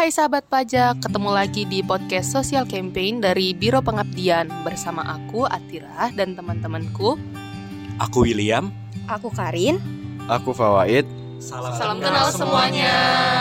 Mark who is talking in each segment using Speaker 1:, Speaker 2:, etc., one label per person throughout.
Speaker 1: Hai sahabat pajak, ketemu lagi di podcast Social Campaign dari Biro Pengabdian bersama aku Atira dan teman-temanku.
Speaker 2: Aku William.
Speaker 3: Aku Karin.
Speaker 4: Aku Fawaid.
Speaker 1: Salam kenal semuanya.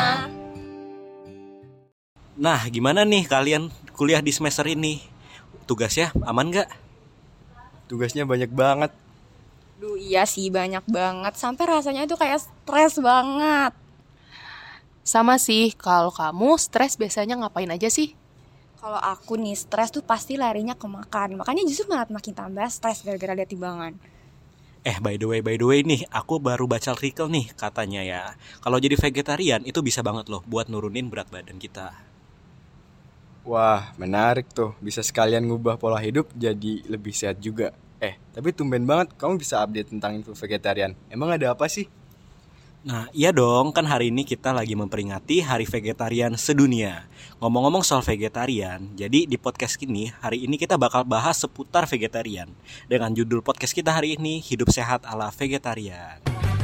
Speaker 2: Nah, gimana nih kalian kuliah di semester ini? Tugasnya aman gak?
Speaker 4: Tugasnya banyak banget.
Speaker 3: Duh iya sih, banyak banget. Sampai rasanya itu kayak stres banget.
Speaker 1: Sama sih, kalau kamu stres biasanya ngapain aja sih?
Speaker 3: Kalau aku nih stres tuh pasti larinya ke makan. Makanya justru malah makin tambah stres gara-gara lihat timbangan.
Speaker 2: By the way nih, aku baru baca artikel nih katanya ya. Kalau jadi vegetarian itu bisa banget loh buat nurunin berat badan kita.
Speaker 4: Wah, menarik tuh. Bisa sekalian ngubah pola hidup jadi lebih sehat juga. Tapi tumben banget kamu bisa update tentang info vegetarian. Emang ada apa sih?
Speaker 2: Nah, iya dong, kan hari ini kita lagi memperingati Hari Vegetarian Sedunia. Ngomong-ngomong soal vegetarian, jadi di podcast ini, hari ini kita bakal bahas seputar vegetarian. Dengan judul podcast kita hari ini, Hidup Sehat ala Vegetarian.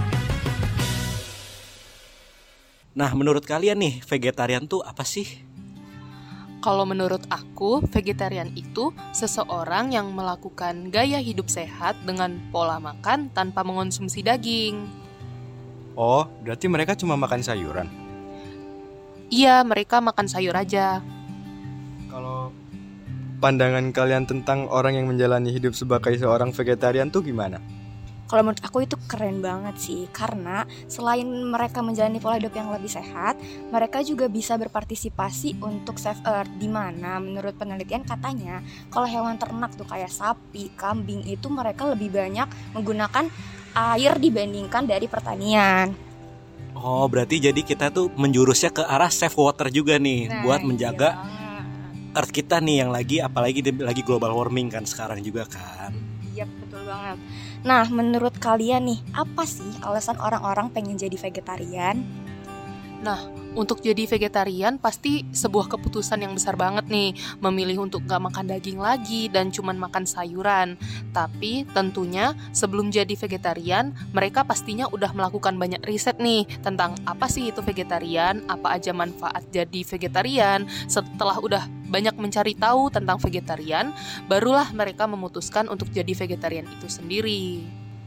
Speaker 2: Nah, menurut kalian nih, vegetarian tuh apa sih?
Speaker 1: Kalau menurut aku, vegetarian itu seseorang yang melakukan gaya hidup sehat dengan pola makan tanpa mengonsumsi daging.
Speaker 4: Oh, berarti mereka cuma makan sayuran?
Speaker 1: Iya, mereka makan sayur aja.
Speaker 4: Kalau pandangan kalian tentang orang yang menjalani hidup sebagai seorang vegetarian tuh gimana?
Speaker 3: Kalau menurut aku itu keren banget sih. Karena selain mereka menjalani pola hidup yang lebih sehat, mereka juga bisa berpartisipasi untuk save earth. Dimana menurut penelitian katanya kalau hewan ternak tuh kayak sapi, kambing itu mereka lebih banyak menggunakan air dibandingkan dari pertanian.
Speaker 2: Oh, berarti jadi kita tuh menjurusnya ke arah save water juga nih, buat menjaga earth kita nih yang apalagi lagi global warming kan sekarang juga kan.
Speaker 3: Iya, betul banget. Nah, menurut kalian nih, apa sih alasan orang-orang pengen jadi vegetarian?
Speaker 1: Nah, untuk jadi vegetarian pasti sebuah keputusan yang besar banget nih, memilih untuk gak makan daging lagi dan cuman makan sayuran. Tapi tentunya sebelum jadi vegetarian, mereka pastinya udah melakukan banyak riset nih tentang apa sih itu vegetarian, apa aja manfaat jadi vegetarian. Setelah udah banyak mencari tahu tentang vegetarian, barulah mereka memutuskan untuk jadi vegetarian itu sendiri.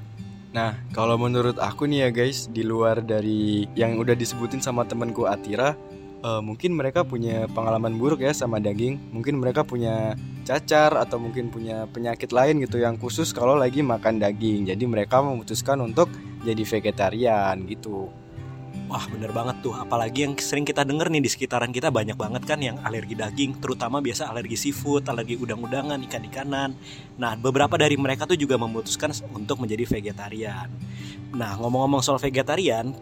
Speaker 4: Nah, kalau menurut aku nih ya guys, di luar dari yang udah disebutin sama temanku Atira, mungkin mereka punya pengalaman buruk ya sama daging. Mungkin mereka punya cacar atau mungkin punya penyakit lain gitu yang khusus kalau lagi makan daging. Jadi mereka memutuskan untuk jadi vegetarian gitu.
Speaker 2: Wah, bener banget tuh. Apalagi yang sering kita denger nih di sekitaran kita banyak banget kan yang alergi daging, terutama biasa alergi seafood, alergi udang-udangan, ikan-ikanan. Nah, beberapa dari mereka tuh juga memutuskan untuk menjadi vegetarian. Nah, ngomong-ngomong soal vegetarian,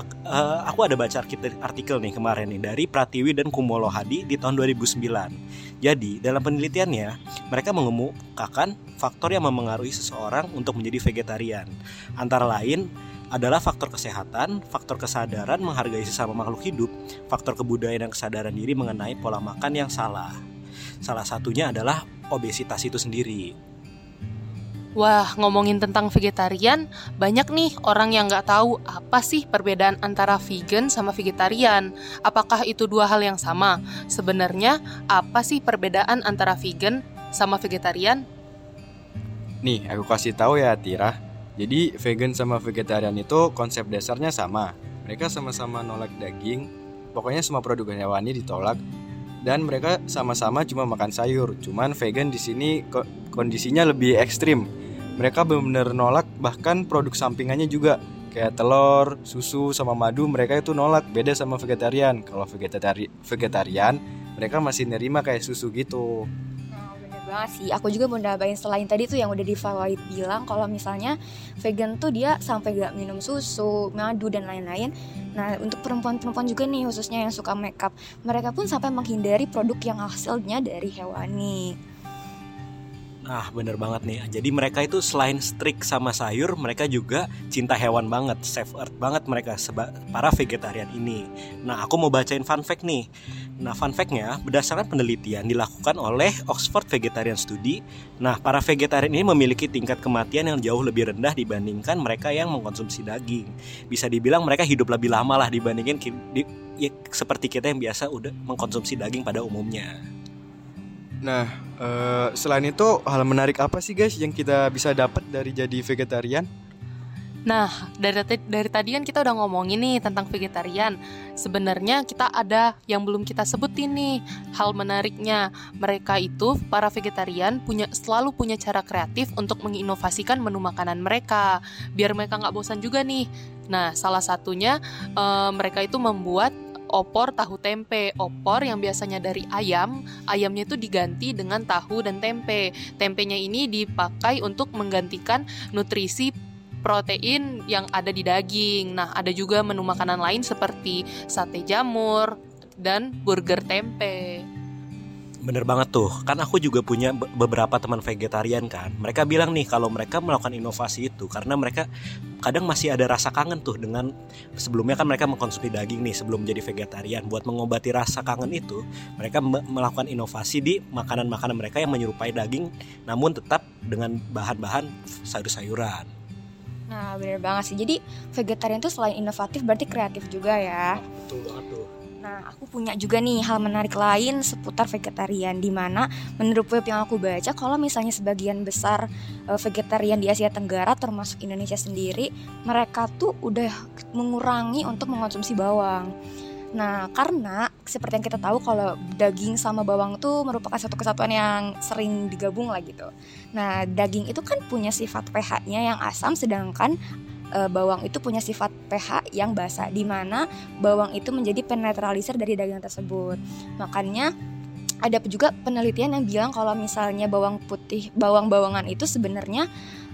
Speaker 2: aku ada baca artikel nih kemarin nih dari Pratiwi dan Kumolo Hadi di tahun 2009. Jadi, dalam penelitiannya, mereka mengemukakan faktor yang memengaruhi seseorang untuk menjadi vegetarian. Antara lain adalah faktor kesehatan, faktor kesadaran menghargai sesama makhluk hidup, faktor kebudayaan dan kesadaran diri mengenai pola makan yang salah. Salah satunya adalah obesitas itu sendiri.
Speaker 1: Wah, ngomongin tentang vegetarian, banyak nih orang yang gak tahu apa sih perbedaan antara vegan sama vegetarian. Apakah itu dua hal yang sama? Sebenarnya, apa sih perbedaan antara vegan sama vegetarian?
Speaker 4: Nih, aku kasih tahu ya Atira. Jadi vegan sama vegetarian itu konsep dasarnya sama. Mereka sama-sama nolak daging. Pokoknya semua produk hewani ditolak. Dan mereka sama-sama cuma makan sayur. Cuman vegan di sini kondisinya lebih ekstrim. Mereka benar-benar nolak bahkan produk sampingannya juga. Kayak telur, susu, sama madu mereka itu nolak. Beda sama vegetarian. Kalau vegetarian mereka masih nerima kayak susu gitu.
Speaker 3: Banget sih, aku juga mau nambahin selain tadi tuh yang udah di Fawaid bilang kalau misalnya vegan tuh dia sampai gak minum susu, madu dan lain-lain. Nah, untuk perempuan-perempuan juga nih khususnya yang suka makeup, mereka pun sampai menghindari produk yang hasilnya dari hewani.
Speaker 2: Nah, bener banget nih. Jadi mereka itu selain strict sama sayur, mereka juga cinta hewan banget, save earth banget mereka para vegetarian ini. Nah, aku mau bacain fun fact nih. Nah, fun fact-nya berdasarkan penelitian dilakukan oleh Oxford Vegetarian Study. Nah, para vegetarian ini memiliki tingkat kematian yang jauh lebih rendah dibandingkan mereka yang mengkonsumsi daging. Bisa dibilang mereka hidup lebih lama lah dibandingin ya seperti kita yang biasa udah mengkonsumsi daging pada umumnya.
Speaker 4: Nah, selain itu hal menarik apa sih guys yang kita bisa dapat dari jadi vegetarian?
Speaker 1: Nah, dari tadi kan kita udah ngomongin nih tentang vegetarian. Sebenarnya kita ada yang belum kita sebutin nih. Hal menariknya, mereka itu para vegetarian selalu punya cara kreatif untuk menginovasikan menu makanan mereka, biar mereka nggak bosan juga nih. Nah, salah satunya mereka itu membuat opor tahu tempe. Opor yang biasanya dari ayamnya itu diganti dengan tahu dan tempe. Tempenya ini dipakai untuk menggantikan nutrisi protein yang ada di daging. Nah, ada juga menu makanan lain seperti sate jamur dan burger tempe.
Speaker 2: Bener banget tuh, kan aku juga punya beberapa teman vegetarian kan. Mereka bilang nih kalau mereka melakukan inovasi itu karena mereka kadang masih ada rasa kangen tuh dengan sebelumnya kan mereka mengkonsumsi daging nih sebelum jadi vegetarian. Buat mengobati rasa kangen itu, mereka melakukan inovasi di makanan-makanan mereka yang menyerupai daging namun tetap dengan bahan-bahan sayur-sayuran.
Speaker 3: Nah, bener banget sih. Jadi vegetarian itu selain inovatif berarti kreatif juga ya.
Speaker 2: Betul banget tuh.
Speaker 3: Nah, aku punya juga nih hal menarik lain seputar vegetarian, di mana menurut web yang aku baca kalau misalnya sebagian besar vegetarian di Asia Tenggara termasuk Indonesia sendiri, mereka tuh udah mengurangi untuk mengonsumsi bawang. Nah, karena seperti yang kita tahu kalau daging sama bawang tuh merupakan satu kesatuan yang sering digabung lah gitu. Nah, daging itu kan punya sifat pH-nya yang asam, sedangkan bawang itu punya sifat pH yang basa, di mana bawang itu menjadi penetralisir dari daging tersebut. Makanya ada juga penelitian yang bilang kalau misalnya bawang putih, bawang-bawangan itu sebenarnya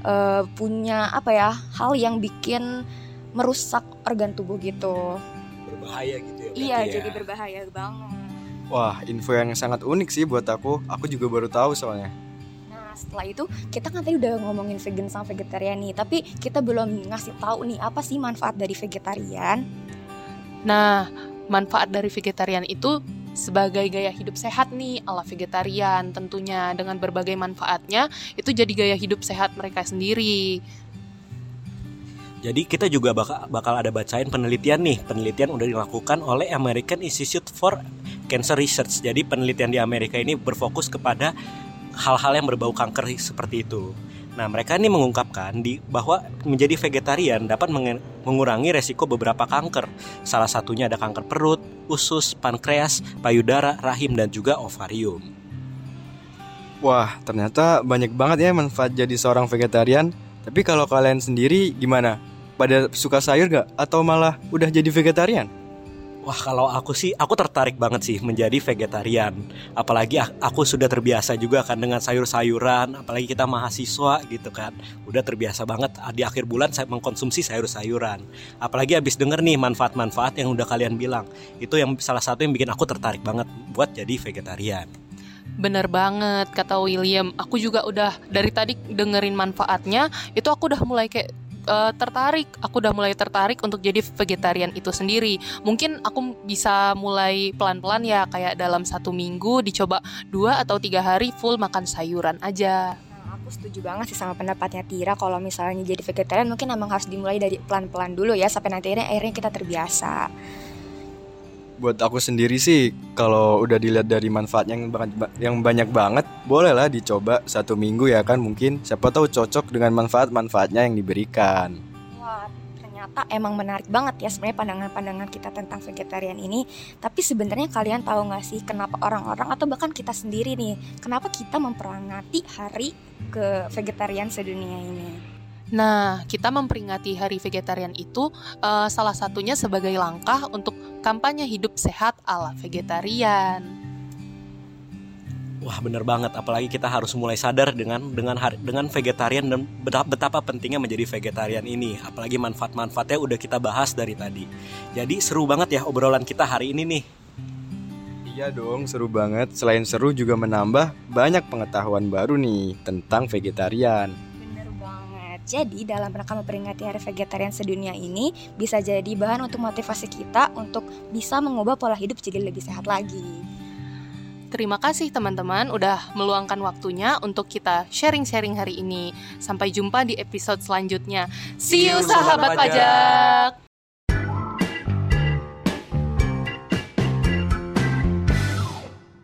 Speaker 3: punya hal yang bikin merusak organ tubuh gitu.
Speaker 2: Berbahaya gitu ya.
Speaker 3: Iya, jadi berbahaya banget.
Speaker 4: Wah, info yang sangat unik sih buat aku. Aku juga baru tahu soalnya.
Speaker 3: Nah, setelah itu kita kan tadi udah ngomongin vegan sama vegetarian nih, tapi kita belum ngasih tahu nih apa sih manfaat dari vegetarian.
Speaker 1: Nah, manfaat dari vegetarian itu sebagai gaya hidup sehat nih ala vegetarian, tentunya dengan berbagai manfaatnya itu jadi gaya hidup sehat mereka sendiri.
Speaker 2: Jadi kita juga bakal ada bacain penelitian udah dilakukan oleh American Institute for Cancer Research. Jadi penelitian di Amerika ini berfokus kepada hal-hal yang berbau kanker seperti itu. Nah, mereka ini mengungkapkan bahwa menjadi vegetarian dapat mengurangi resiko beberapa kanker. Salah satunya ada kanker perut, usus, pankreas, payudara, rahim, dan juga ovarium.
Speaker 4: Wah, ternyata banyak banget ya manfaat jadi seorang vegetarian. Tapi kalau kalian sendiri gimana? Pada suka sayur gak? Atau malah udah jadi vegetarian?
Speaker 2: Wah, kalau aku tertarik banget sih menjadi vegetarian. Apalagi aku sudah terbiasa juga kan dengan sayur-sayuran. Apalagi kita mahasiswa gitu kan, udah terbiasa banget di akhir bulan saya mengkonsumsi sayur-sayuran. Apalagi abis denger nih manfaat-manfaat yang udah kalian bilang. Itu yang salah satu yang bikin aku tertarik banget buat jadi vegetarian.
Speaker 1: Bener banget kata William. Aku juga udah dari tadi dengerin manfaatnya, itu aku udah mulai kayak Aku udah mulai tertarik untuk jadi vegetarian itu sendiri. Mungkin aku bisa mulai pelan-pelan ya, kayak dalam 1 minggu dicoba 2 atau 3 hari full makan sayuran aja.
Speaker 3: Nah, aku setuju banget sih sama pendapatnya Tira. Kalau misalnya jadi vegetarian mungkin emang harus dimulai dari pelan-pelan dulu ya, sampai nanti akhirnya kita terbiasa.
Speaker 4: Buat aku sendiri sih, kalau udah dilihat dari manfaatnya yang banyak banget, bolehlah dicoba 1 minggu ya kan, mungkin siapa tahu cocok dengan manfaat-manfaatnya yang diberikan.
Speaker 3: Wah, ternyata emang menarik banget ya sebenarnya pandangan-pandangan kita tentang vegetarian ini. Tapi sebenarnya kalian tahu nggak sih kenapa orang-orang atau bahkan kita sendiri nih, kenapa kita memperingati hari ke vegetarian sedunia ini?
Speaker 1: Nah, kita memperingati hari vegetarian itu salah satunya sebagai langkah untuk kampanye hidup sehat ala vegetarian.
Speaker 2: Wah, bener banget. Apalagi kita harus mulai sadar dengan vegetarian dan betapa pentingnya menjadi vegetarian ini. Apalagi manfaat-manfaatnya udah kita bahas dari tadi. Jadi seru banget ya obrolan kita hari ini nih.
Speaker 4: Iya dong, seru banget. Selain seru juga menambah banyak pengetahuan baru nih tentang vegetarian.
Speaker 3: Jadi dalam rangka memperingati hari vegetarian sedunia ini bisa jadi bahan untuk motivasi kita untuk bisa mengubah pola hidup jadi lebih sehat lagi.
Speaker 1: Terima kasih teman-teman udah meluangkan waktunya untuk kita sharing-sharing hari ini. Sampai jumpa di episode selanjutnya. See you sahabat pajak.